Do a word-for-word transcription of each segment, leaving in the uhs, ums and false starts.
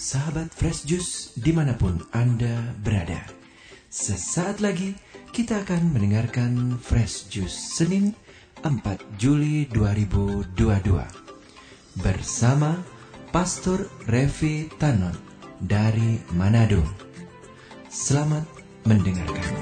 sahabat Fresh Juice dimanapun Anda berada. Sesaat lagi kita akan mendengarkan Fresh Juice Senin empat Juli dua ribu dua puluh dua bersama Pastor Revi Tanon dari Manado. Selamat mendengarkan.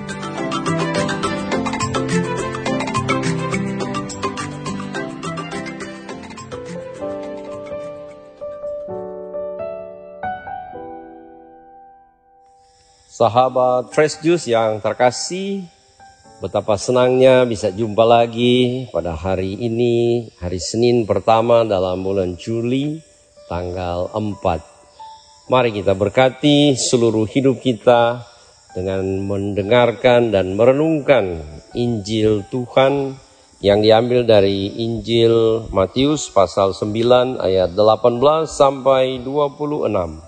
Sahabat Fresh Juice yang terkasih, betapa senangnya bisa jumpa lagi pada hari ini, hari Senin pertama dalam bulan Juli, tanggal empat. Mari kita berkati seluruh hidup kita dengan mendengarkan dan merenungkan Injil Tuhan yang diambil dari Injil Matius pasal sembilan ayat delapan belas sampai dua puluh enam.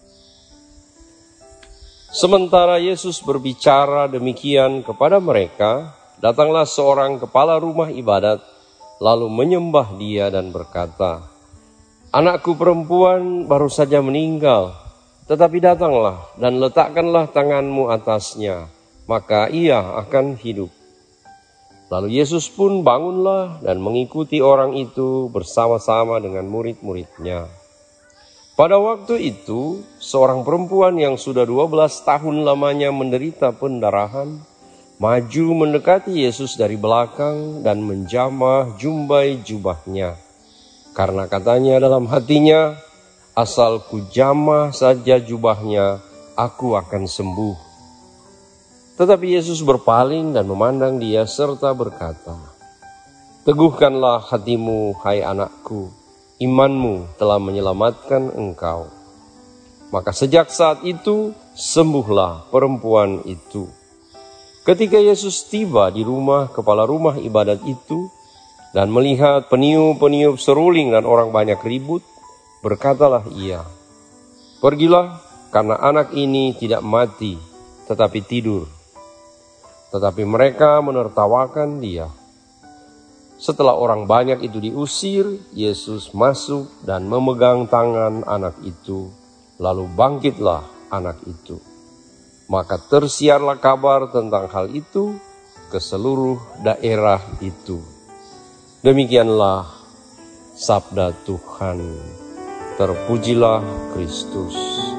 Sementara Yesus berbicara demikian kepada mereka, datanglah seorang kepala rumah ibadat, lalu menyembah dia dan berkata, "Anakku perempuan baru saja meninggal, tetapi datanglah dan letakkanlah tanganmu atasnya, maka ia akan hidup." Lalu Yesus pun bangunlah dan mengikuti orang itu bersama-sama dengan murid-muridnya. Pada waktu itu, seorang perempuan yang sudah dua belas tahun lamanya menderita pendarahan, maju mendekati Yesus dari belakang dan menjamah jumbai jubahnya. Karena katanya dalam hatinya, asal ku jamah saja jubahnya, aku akan sembuh. Tetapi Yesus berpaling dan memandang dia serta berkata, "Teguhkanlah hatimu, hai anakku, imanmu telah menyelamatkan engkau." Maka sejak saat itu sembuhlah perempuan itu. Ketika Yesus tiba di rumah kepala rumah ibadat itu dan melihat peniup-peniup seruling dan orang banyak ribut, berkatalah ia, "Pergilah, karena anak ini tidak mati tetapi tidur." Tetapi mereka menertawakan dia. Setelah orang banyak itu diusir, Yesus masuk dan memegang tangan anak itu, lalu bangkitlah anak itu. Maka tersiarlah kabar tentang hal itu ke seluruh daerah itu. Demikianlah sabda Tuhan. Terpujilah Kristus.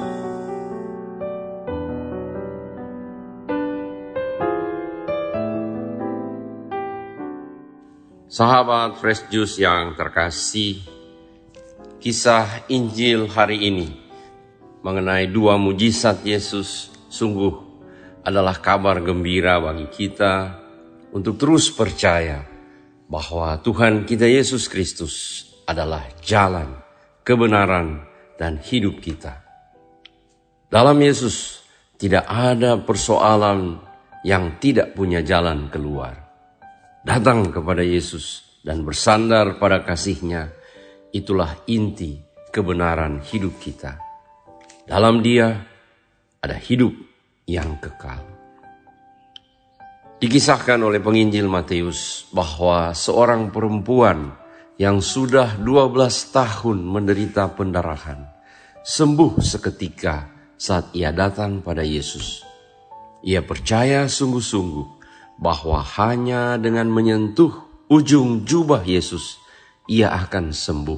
Sahabat Fresh Juice yang terkasih, kisah Injil hari ini mengenai dua mujizat Yesus sungguh adalah kabar gembira bagi kita untuk terus percaya bahwa Tuhan kita Yesus Kristus adalah jalan, kebenaran, dan hidup kita. Dalam Yesus tidak ada persoalan yang tidak punya jalan keluar. Datang kepada Yesus dan bersandar pada kasih-Nya, itulah inti kebenaran hidup kita. Dalam Dia ada hidup yang kekal. Dikisahkan oleh penginjil Matius bahwa seorang perempuan yang sudah dua belas tahun menderita pendarahan sembuh seketika saat ia datang pada Yesus. Ia percaya sungguh-sungguh bahwa hanya dengan menyentuh ujung jubah Yesus, ia akan sembuh.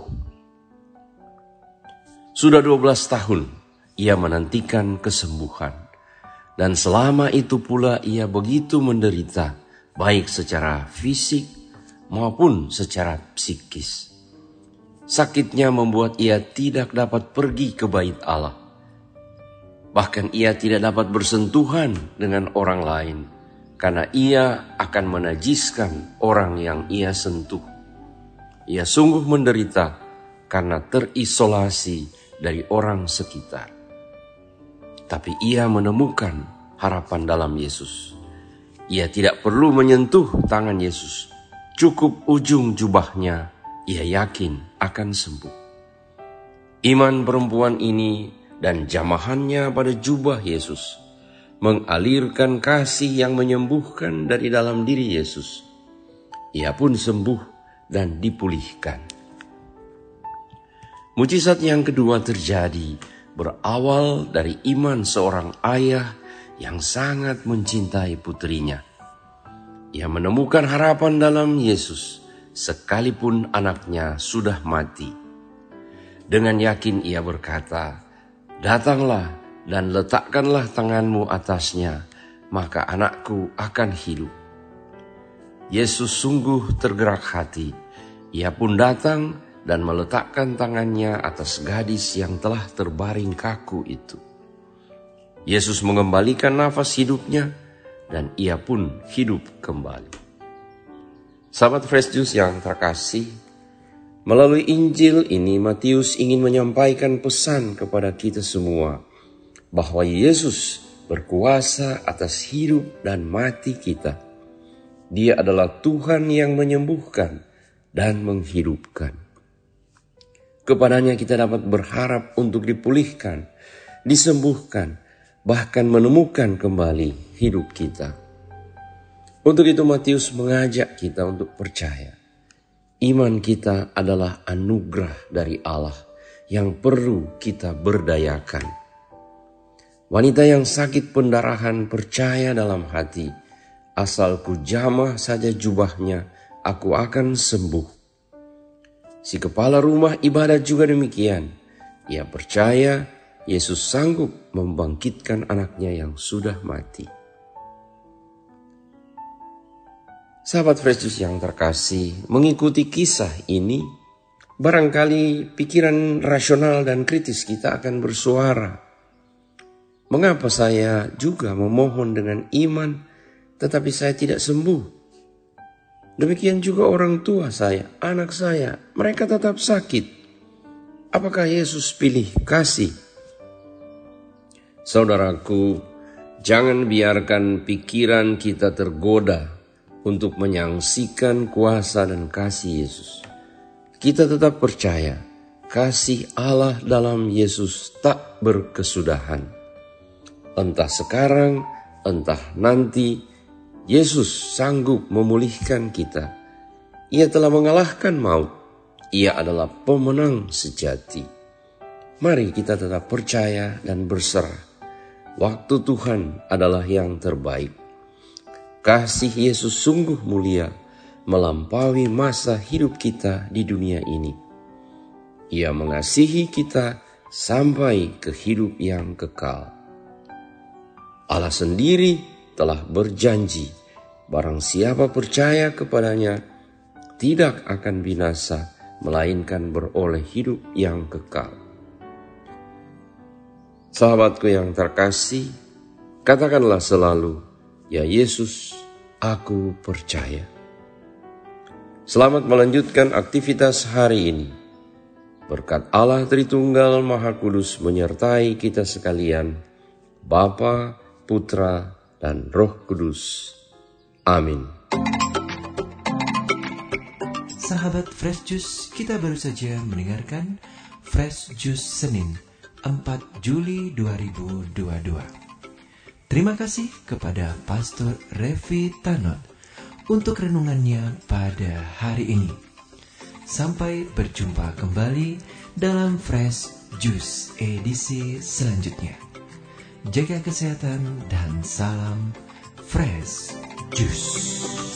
Sudah dua belas tahun ia menantikan kesembuhan, dan selama itu pula ia begitu menderita, baik secara fisik maupun secara psikis. Sakitnya membuat ia tidak dapat pergi ke bait Allah. Bahkan ia tidak dapat bersentuhan dengan orang lain, karena ia akan menajiskan orang yang ia sentuh. Ia sungguh menderita karena terisolasi dari orang sekitar. Tapi ia menemukan harapan dalam Yesus. Ia tidak perlu menyentuh tangan Yesus. Cukup ujung jubahnya, ia yakin akan sembuh. Iman perempuan ini dan jamahannya pada jubah Yesus mengalirkan kasih yang menyembuhkan dari dalam diri Yesus. Ia pun sembuh dan dipulihkan. Mujizat yang kedua terjadi berawal dari iman seorang ayah yang sangat mencintai putrinya. Ia menemukan harapan dalam Yesus, sekalipun anaknya sudah mati. Dengan yakin ia berkata, "Datanglah dan letakkanlah tanganmu atasnya, maka anakku akan hidup." Yesus sungguh tergerak hati. Ia pun datang dan meletakkan tangannya atas gadis yang telah terbaring kaku itu. Yesus mengembalikan nafas hidupnya dan ia pun hidup kembali. Sahabat Fresh Juice yang terkasih, melalui Injil ini Matius ingin menyampaikan pesan kepada kita semua bahwa Yesus berkuasa atas hidup dan mati kita. Dia adalah Tuhan yang menyembuhkan dan menghidupkan. Kepadanya kita dapat berharap untuk dipulihkan, disembuhkan, bahkan menemukan kembali hidup kita. Untuk itu Matius mengajak kita untuk percaya. Iman kita adalah anugerah dari Allah yang perlu kita berdayakan. Wanita yang sakit pendarahan percaya dalam hati, asal ku jamah saja jubahnya, aku akan sembuh. Si kepala rumah ibadat juga demikian. Ia percaya Yesus sanggup membangkitkan anaknya yang sudah mati. Sahabat Fresh Juice yang terkasih, mengikuti kisah ini, barangkali pikiran rasional dan kritis kita akan bersuara. Mengapa saya juga memohon dengan iman, tetapi saya tidak sembuh? Demikian juga orang tua saya, anak saya, mereka tetap sakit. Apakah Yesus pilih kasih? Saudaraku, jangan biarkan pikiran kita tergoda untuk menyaksikan kuasa dan kasih Yesus. Kita tetap percaya kasih Allah dalam Yesus tak berkesudahan. Entah sekarang, entah nanti, Yesus sanggup memulihkan kita. Ia telah mengalahkan maut. Ia adalah pemenang sejati. Mari kita tetap percaya dan berserah. Waktu Tuhan adalah yang terbaik. Kasih Yesus sungguh mulia, melampaui masa hidup kita di dunia ini. Ia mengasihi kita sampai ke hidup yang kekal. Allah sendiri telah berjanji, barang siapa percaya kepadanya tidak akan binasa, melainkan beroleh hidup yang kekal. Sahabatku yang terkasih, katakanlah selalu, "Ya Yesus, aku percaya." Selamat melanjutkan aktivitas hari ini. Berkat Allah Tritunggal Maha Kudus menyertai kita sekalian, Bapa, Putra, dan Roh Kudus. Amin. Sahabat Fresh Juice, kita baru saja mendengarkan Fresh Juice Senin empat Juli dua ribu dua puluh dua. Terima kasih kepada Pastor Revi Tanot untuk renungannya pada hari ini. Sampai berjumpa kembali dalam Fresh Juice edisi selanjutnya. Jaga kesehatan dan salam Fresh Juice.